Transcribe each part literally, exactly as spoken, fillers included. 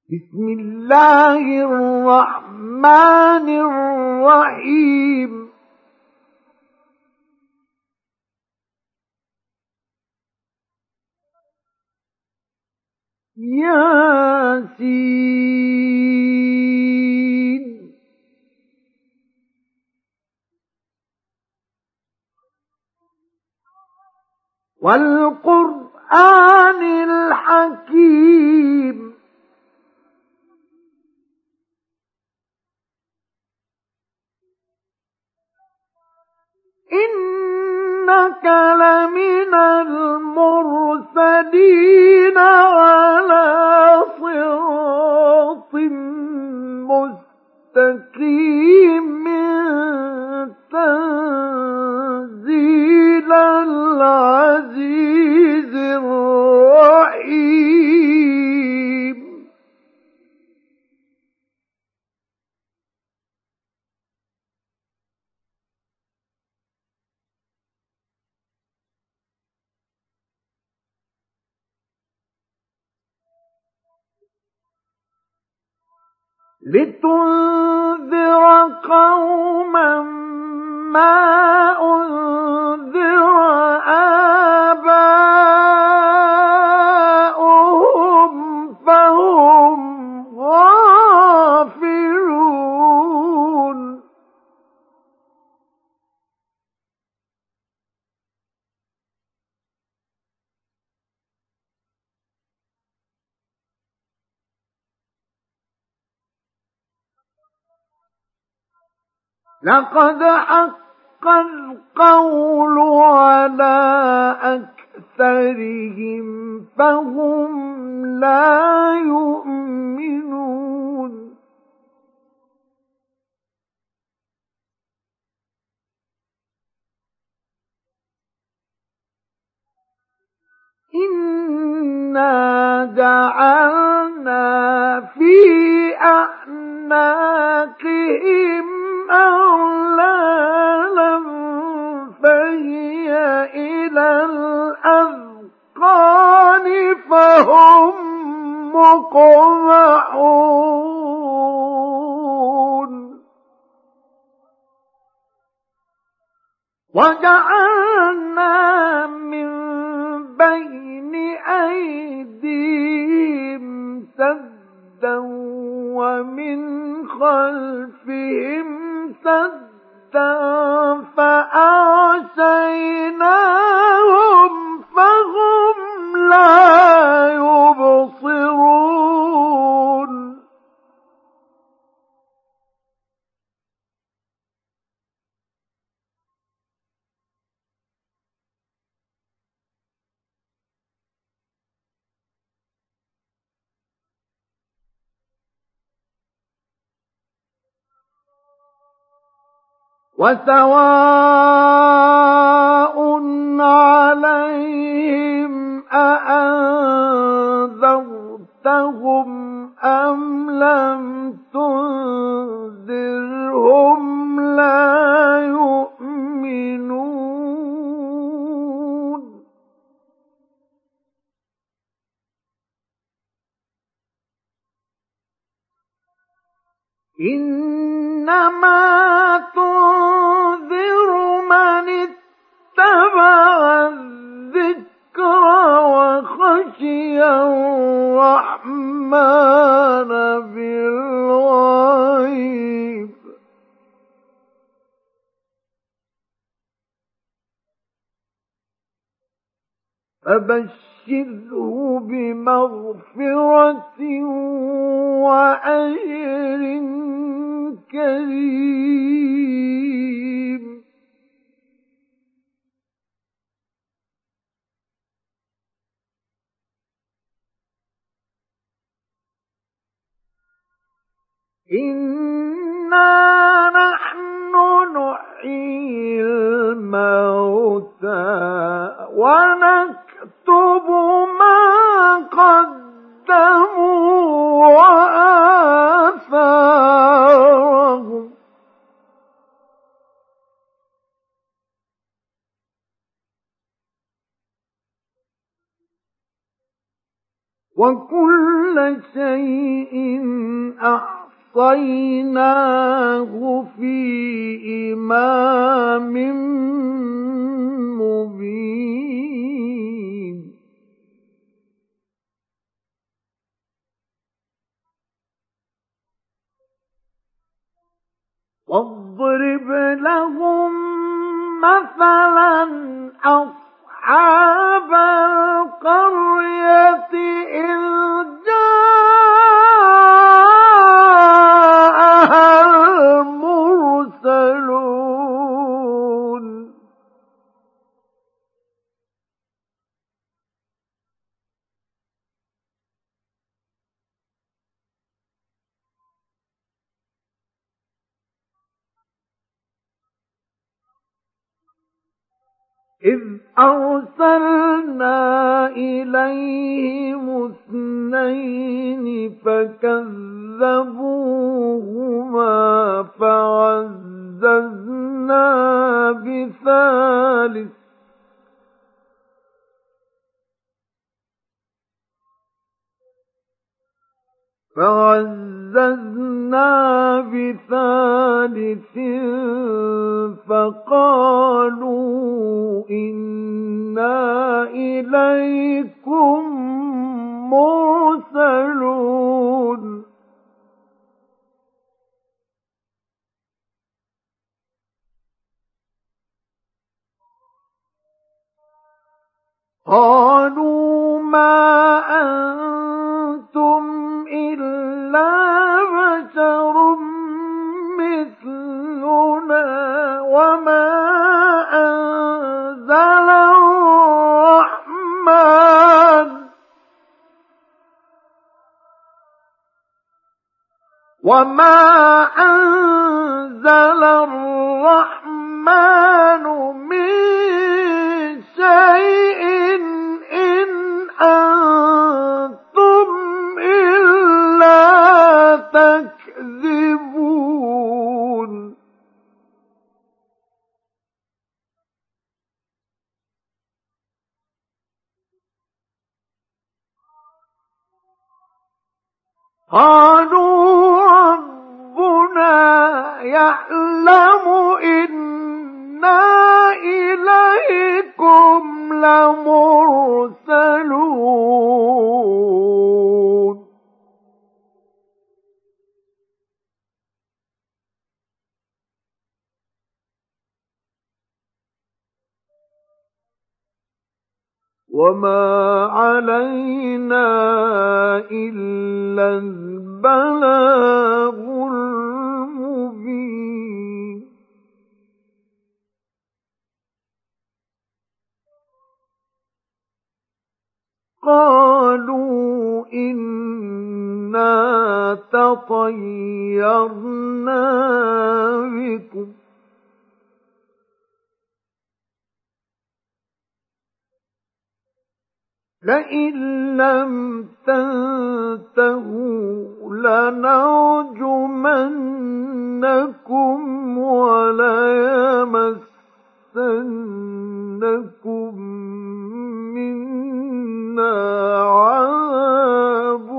بسم الله الرحمن الرحيم ياسين والقرآن الحكيم إنك لمن المرسلين على صراط مستقيم تنزيل العزيز الرحيم لتنذر قوما ما أنذر آباؤهم فهم غافلون لقد حق القول على أكثرهم فهم لا يؤمنون إنا جعلنا في أعناقهم أغلالا فهي إلى الأذقان فهم مقمحون وجعلنا من بين أيديهم سدا ومن خلفهم سدا فأغشيناهم فهم لا يبصرون وسواء عليهم أأنذرتهم أم لم تنذرهم لا يؤمنون إنما تنذر من اتبع الذكر وخشي الرحمن بالغيب فبشره بمغفرة وأجر كريم إنا نحن نحيي الموتى ونكتب ما قدموا وآثارهم وكل شيء أحصيناه في إمام مبين واضرب لهم مثلا أصحاب القرية إذ جاءها المرسلون إذ أرسلنا إليهم اثنين فكذبوهما فعززنا بثالث فعززنا بثالث فقالوا إنا إليكم مرسلون قالوا ما أنتم إلا بشر مثلنا وما أنزل الرحمن وما أنزل الرحمن من شيء إن أنتم إلا تكذبون قالوا ربنا يعلم إنا إليكم لمرسلون وما علينا إلا البلاغ المبين قالوا إنا تطيرنا بكم لئن لم تنتهوا لنرجمنكم وليمسنكم منا عذاب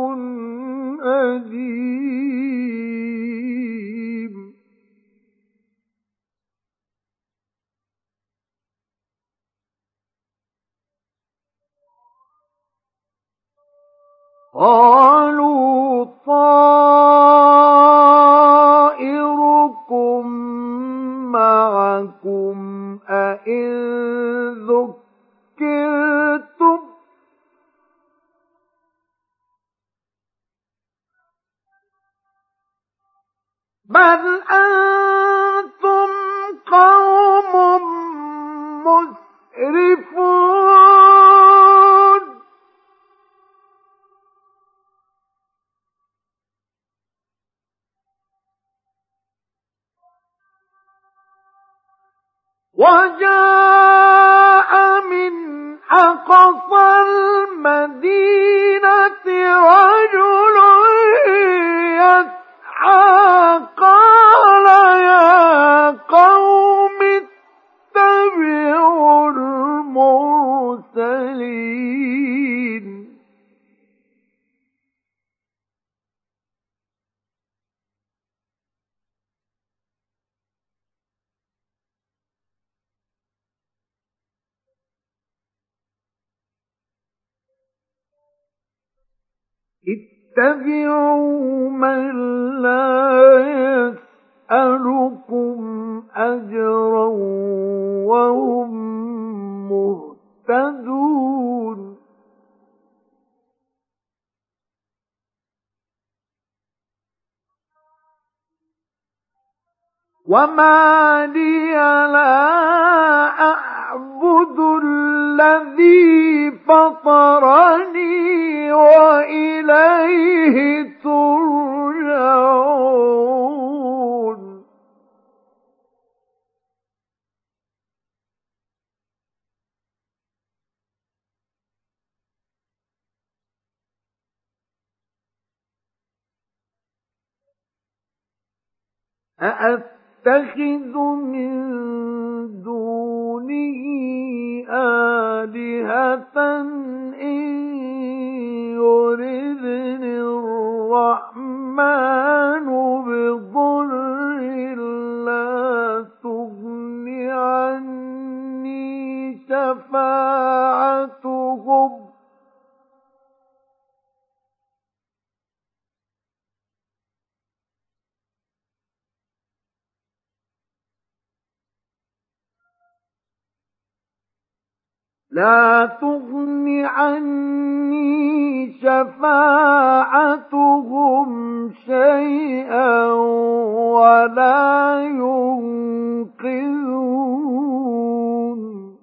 أليم قالوا طائركم معكم أئن ذكرتم بل أنتم قوم مسرفون وجاء من أقصى المدينة رجل يسعى قال يا قوم اتبعوا المرسلين اتبعوا من لا يسألكم أجرا وهم مهتدون وما لي لا أعبد الذي فطرني وإليه ترجعون أأتخذ من دونه آلهة إن يردني الرحمن بضر لا تغن عني شفاعتهم لا تغن عني شفاعتهم شيئا ولا ينقذون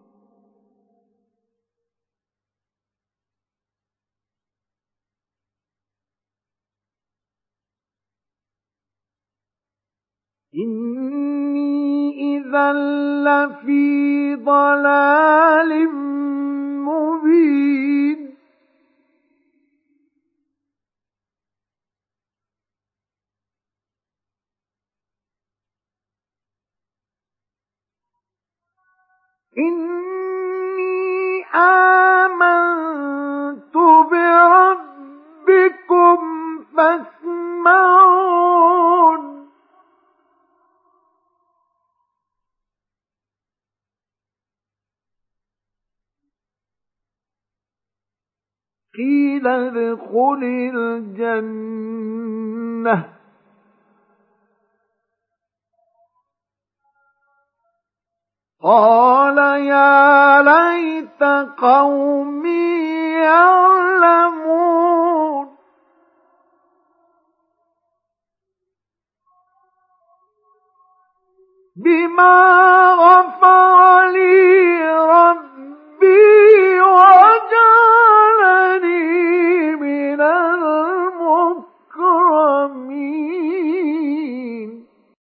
إني إذا لفي ضلال مبين إني آمنت بربكم فاسمعون قيل ادخل الجنة قال يا ليت قومي يعلمون بما غفر لي ربي وجعلني من المكرمين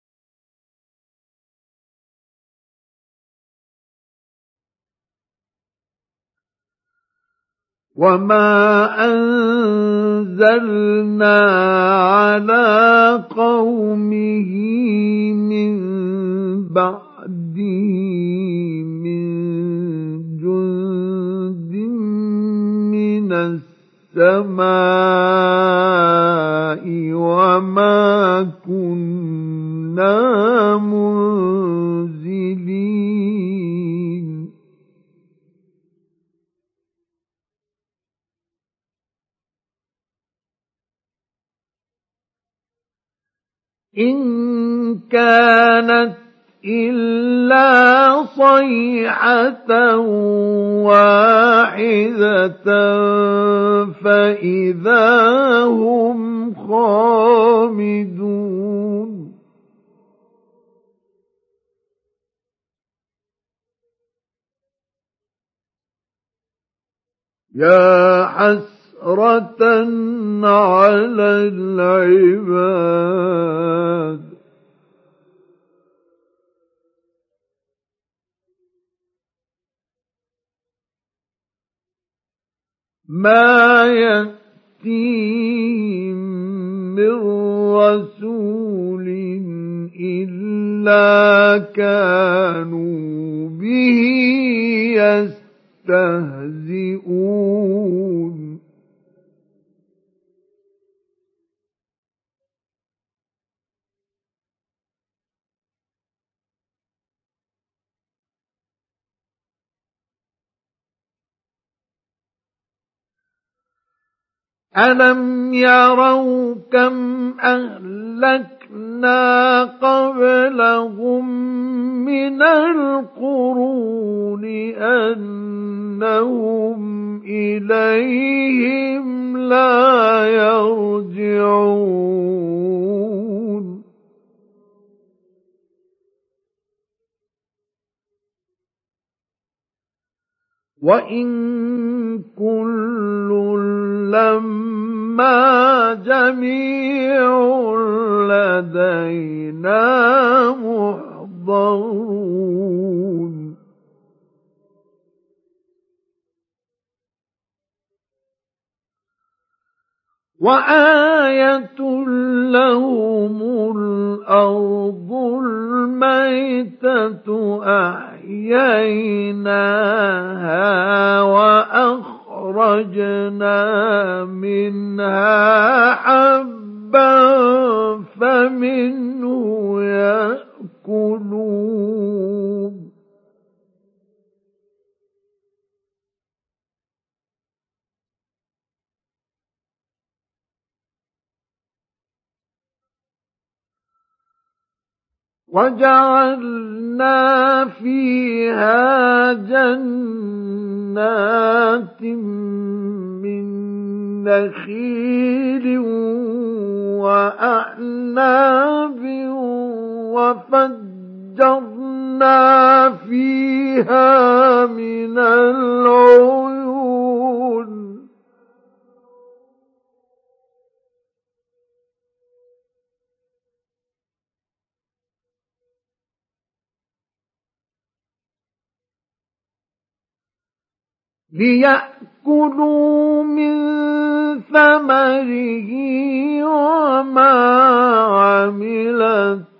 وما أنزلنا على قومه من بعده من جند من السماء وما كنا منزلين إن كانت إلا صيحة واحدة فإذا هم خامدون يا حسرة على العباد ما يأتيهم من رسول إلا كانوا به يستهزئون ألم يروا كم أهلكنا قبلهم من القرون أنهم إليهم لا يرجعون وإن كل لما جميع لدينا محضرون وآية لهم الأرض الميتة أحييناها وأخرجنا منها حبا فمنه يأكلون وجعلنا فيها جنات من نخيل وأعناب وفجرنا فيها من العيون ليأكلوا من ثمره وما عملته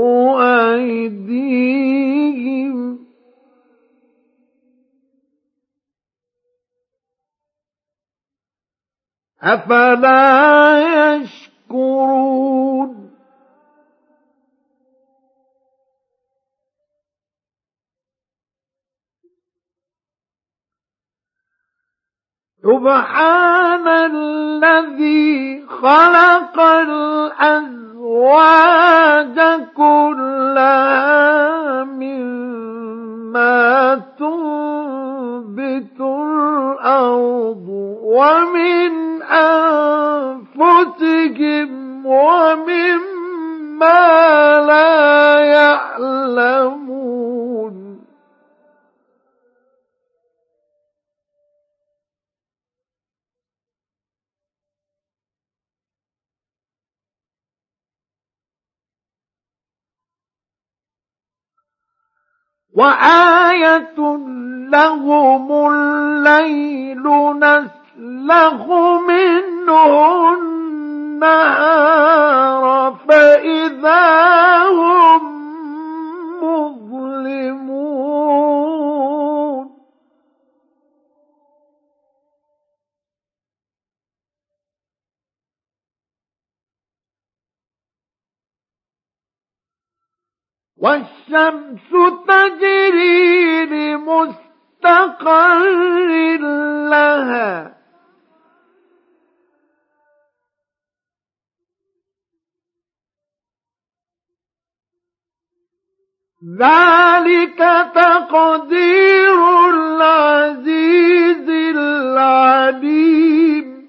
أيديهم أفلا يشكرون سبحان الذي خلق الأزواج كلها مما تنبت الأرض ومن أنفسهم ومما لا يعلمون وآية لهم الليل نسلخ منه النهار فإذا هم مظلمون والشمس تجري لمستقر لها ذلك تقدير العزيز العليم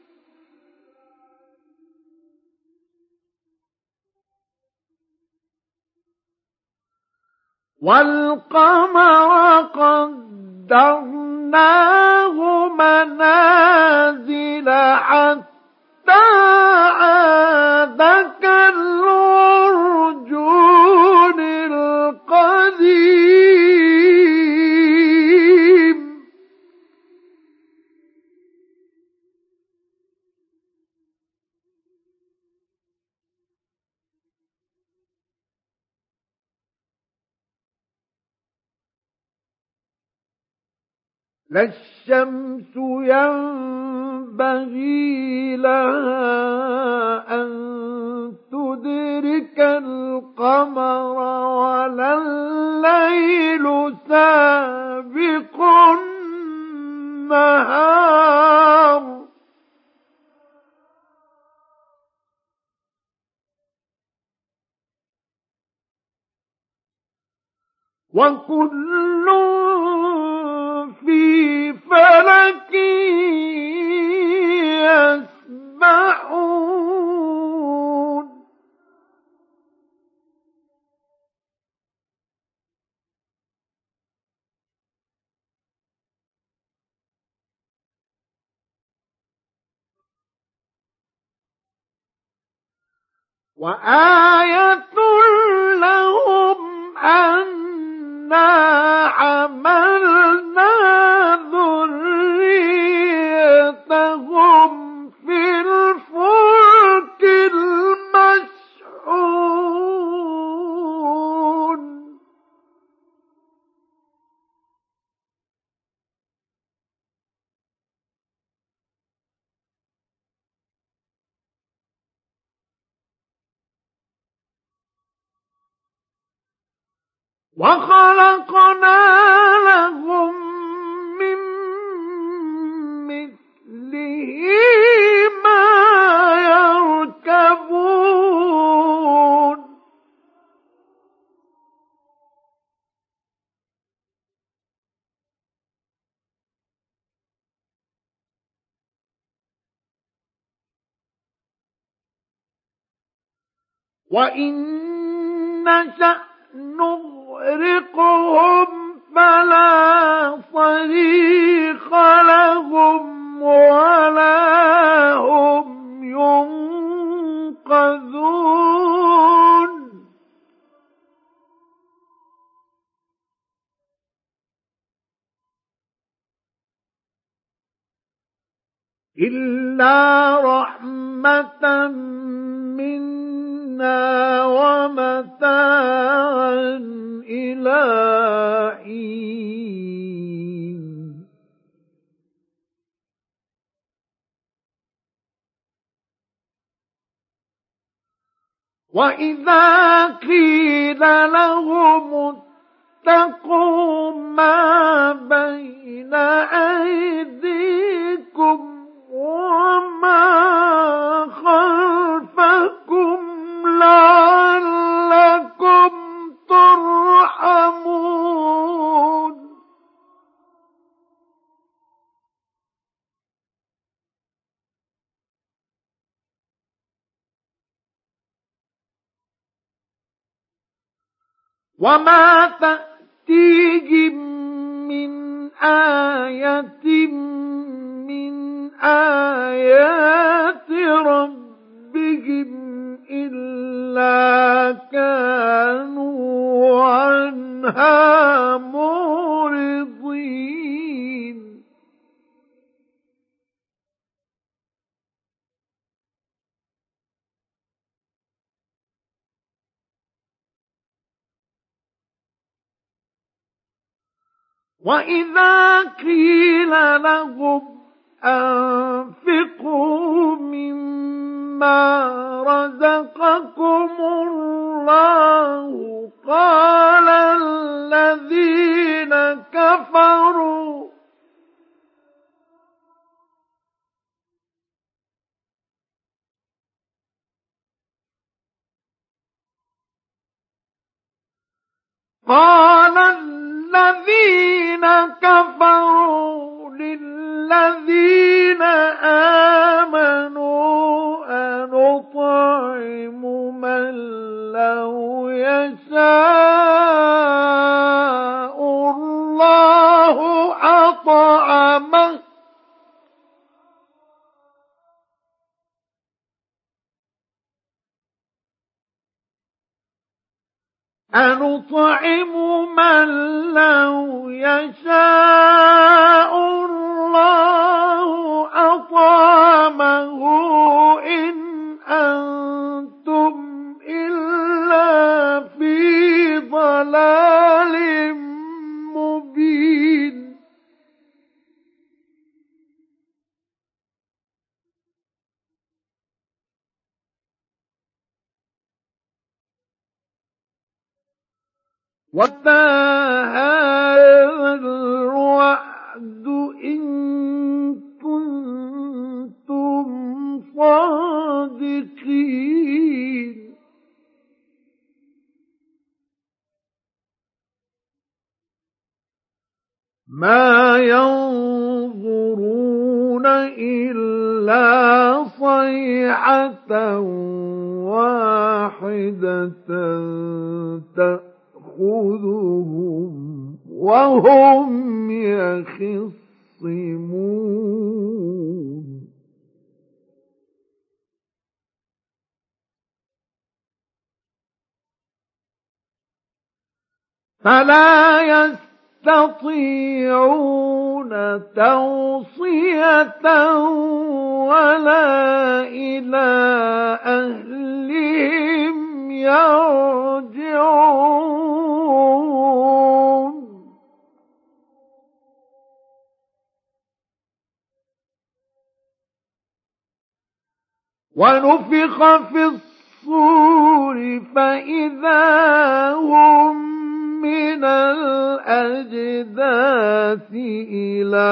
والقمر قدرناه منازل حتى عاد كالعرجون القديم لا الشمس ينبغي لها أن تدرك القمر ولا الليل سابق النهار وكل في فلك يسبحون وآية لهم أنا حملنا ذريتهم في الفلك المشحون وخلقنا لهم من مثله ما يركبون وإن نشأ نغرقهم فلا صريخ لهم ولا هم ينقذون إلا رحمة منا ومتاعا إلى حين وإذا قيل لهم اتقوا ما بين أيديكم وما خلفكم لعلكم ترحمون وما تأتيهم من آية من آيات ربهم إلا كانوا عنها معرضين وإذا قيل لهم أنفقوا مما رزقكم الله قال الذين كفروا قال الذين كفروا للذين آمنوا أنطعم من لو يشاء الله أطعمه أنطعم من لو يشاء الله أطعمه إن أنتم إلا في ضلال مبين وَمَا هَٰذَا الْوَعْدُ إِن كُنتُمْ صَادِقِينَ ما ينظرون إلا صيحة واحدة تأخذهم وهم يخصمون فلا يستطيعون توصية ولا إلى أهلهم يرجعون ونفخ في الصور فإذا هم من الأجداث إلى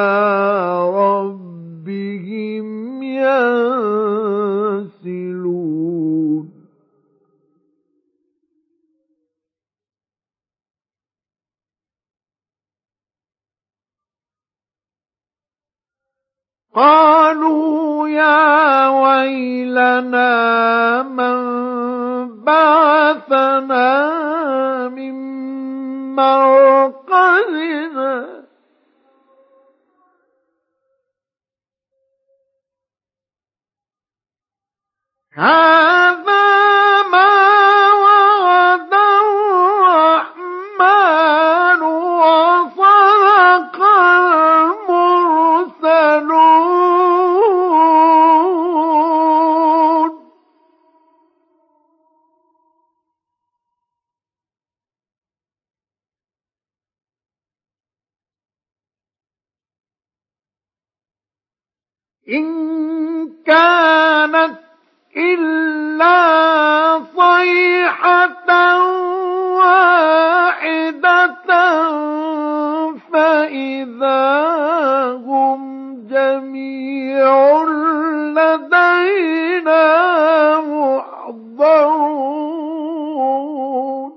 ربهم ينسلون قالوا يا ويلنا من بعثنا من مرقدنا هذا ما وعد الرحمن وصدق المرسلون إن كانت إلا صيحة واحدة فإذا هم جميع لدينا محضرون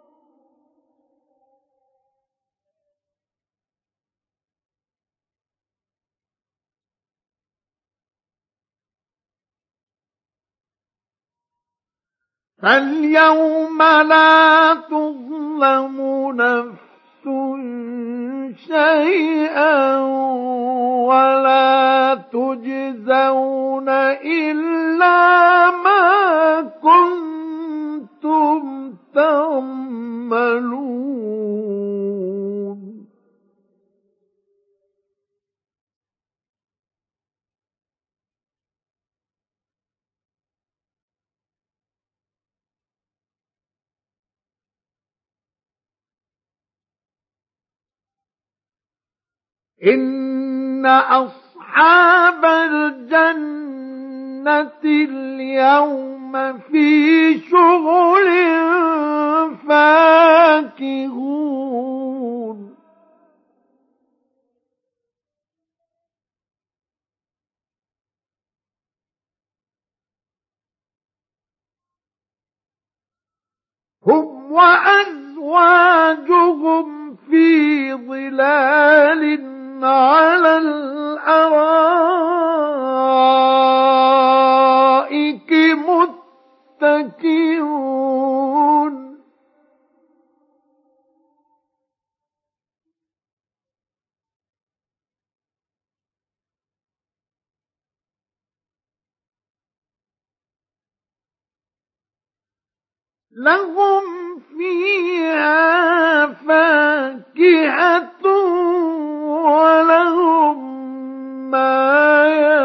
فاليوم لا تظلم نفس شيئا ولا تجزون إلا ما كنتم تعملون إن أصحاب الجنة اليوم في شغل فاكهون هم وأزواجهم في ظلال على الأرائك متكئون لهم فيها فاكهة ولهم ما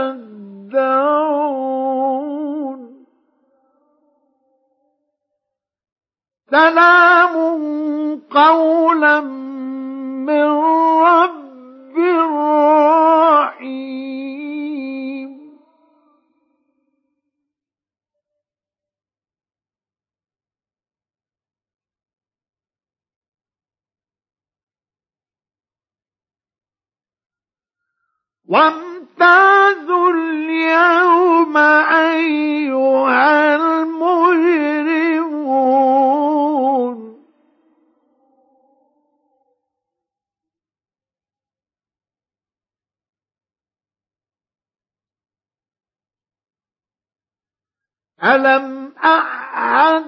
يدعون سلام قولا من رب رحيم وامتازوا اليوم أيها المجرمون ألم أعهد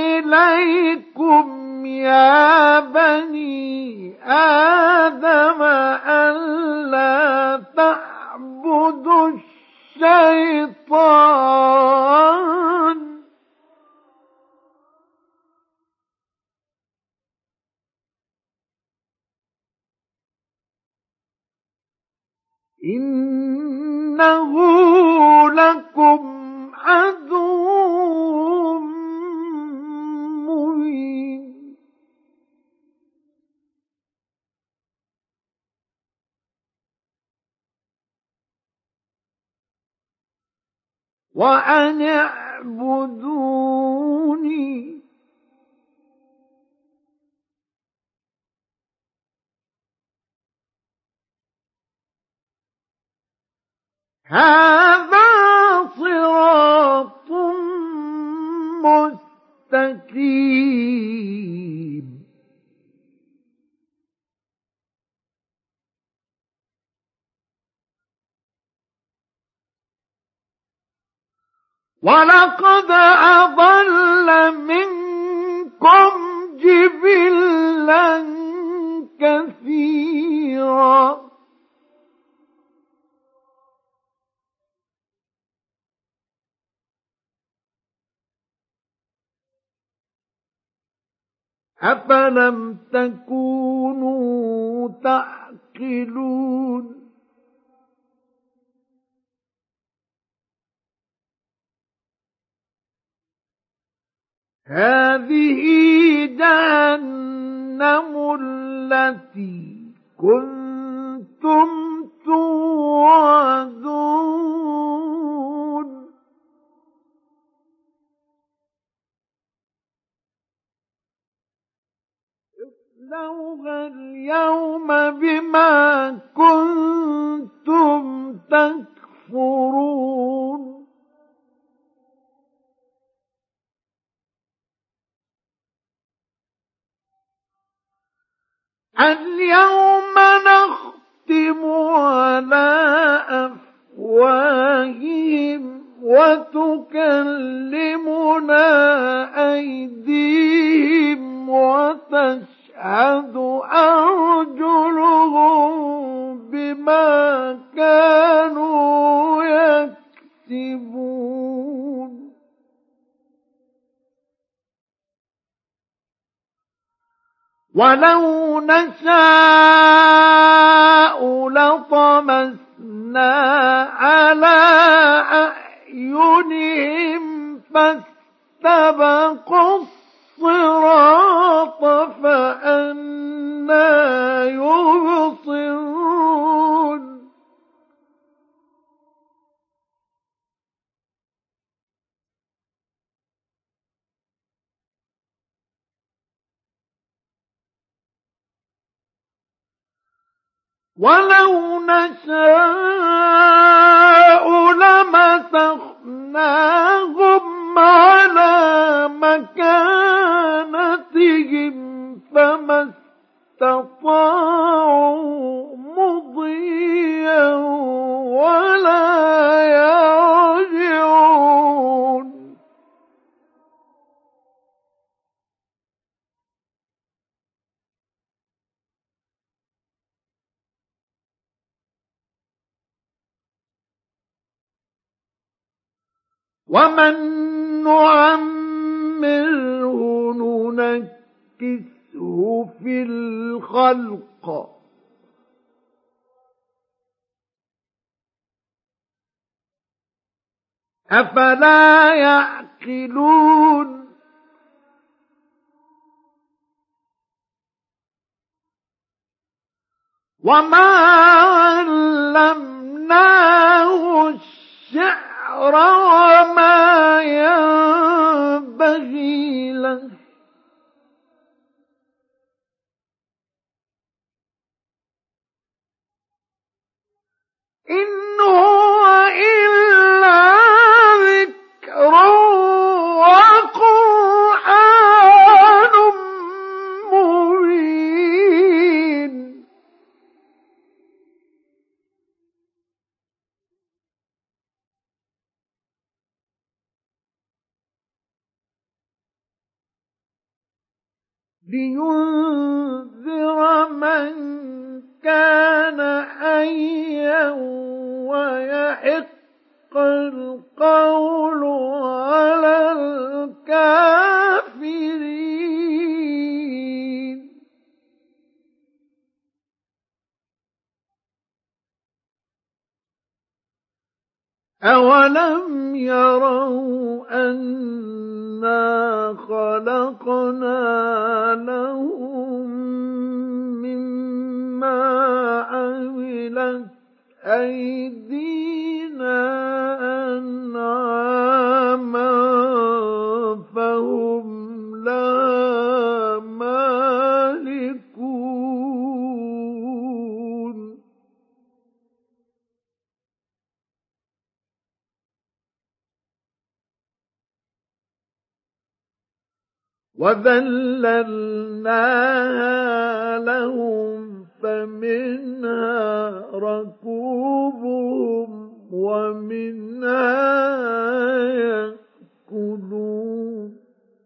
إليكم يا بني آدم ألا تعبدوا الشيطان إنه لكم عدو مبين وأن اعبدوني هذا صراط مستقيم ولقد أضل منكم جبلا كثيرا أفلم تكونوا تعقلون هذه جهنم التي كنتم توعدون اصلوها اليوم بما كنتم تكفرون اليوم نختم على أفواههم وتكلمنا أيديهم وتشهد أرجلهم بما كانوا يكسبون ولو نشاء لطمسنا على أعينهم فاستبقوا الصراط فأنى يبصرون ولو نشاء لمسخناهم على مكانتهم فما استطاعوا مضيا ولا يرجعون ومن نعمره ننكسه في الخلق أفلا يعقلون وما علمناه الشعر وما ينبغي له إن هو إلا ذكر وقرآن مبين لينذر من كان حيا ويحق القول على الكافرين. أولم يروا أنا خلقنا لهم مما عملت أيدينا أنعاما فهم لها مالكون. وذللناها لهم فمنها ركوبهم ومنها يأكلون.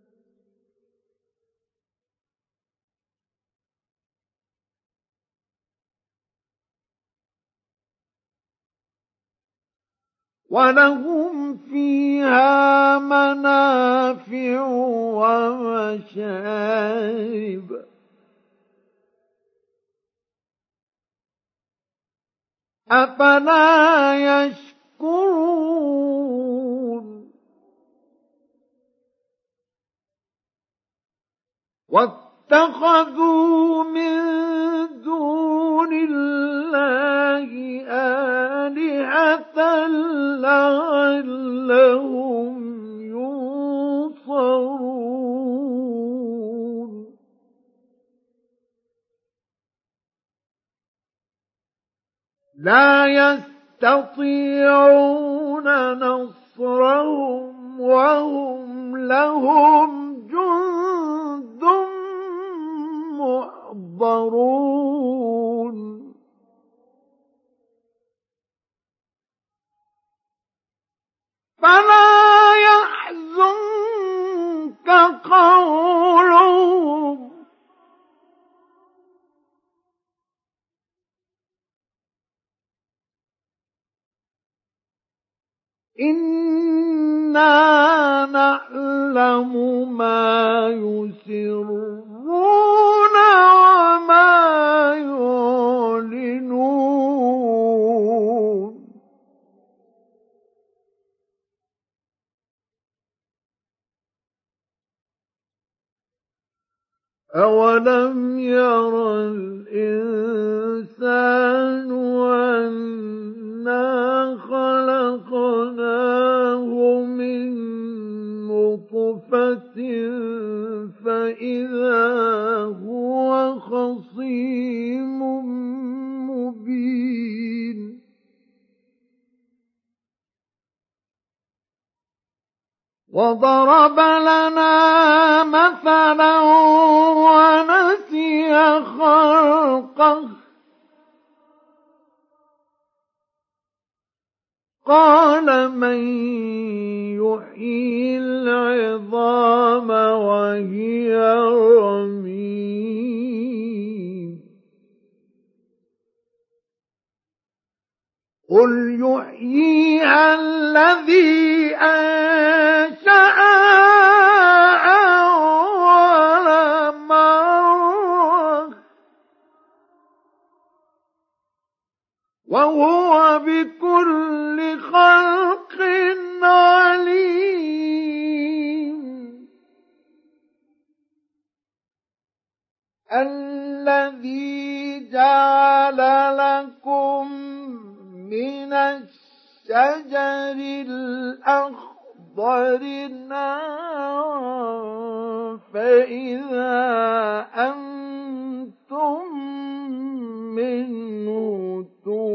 ولهم فيها منافع ومشارب أفلا يشكرون. واتخذوا من دون الله آلهة لعلهم ينصرون. لا يستطيعون نصرهم وهم لهم جند محضرون. فلا يحزنك قولهم إنا نعلم ما يسرون وما يعلنون. أولم ير الإنسان أنا خلقناه من نطفة فإذا هو خصيم مبين. وضرب لنا مثلا ونسي خلقه قال من يحيي العظام وهي رميم قل يحييها الذي أنشأها أول مرة وهو بكل خلق عليم. الذي جعل لكم من الشجر الأخضر نارا فإذا أنتم منه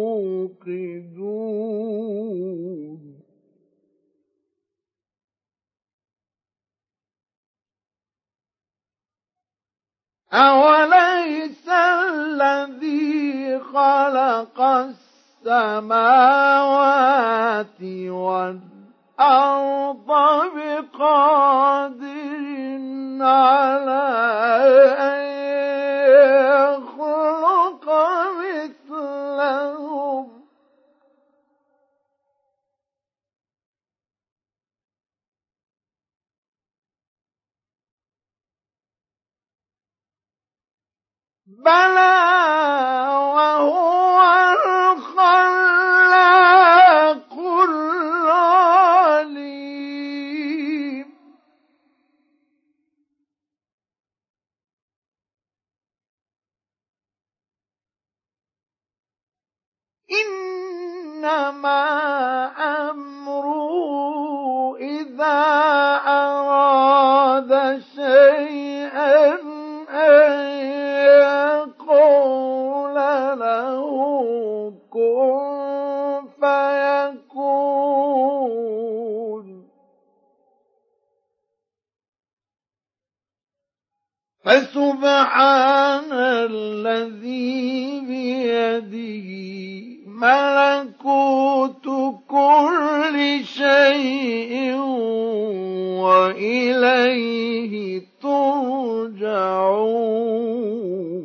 توقدون. أوليس الذي خلق السماوات والأرض بقادر على بلى وهو الخلاق العليم إنما أمره إذا أراد شيئا أن يقول له كن فيكون فسبحان الذي بيده ملكوت كل شيء وإليه ترجعون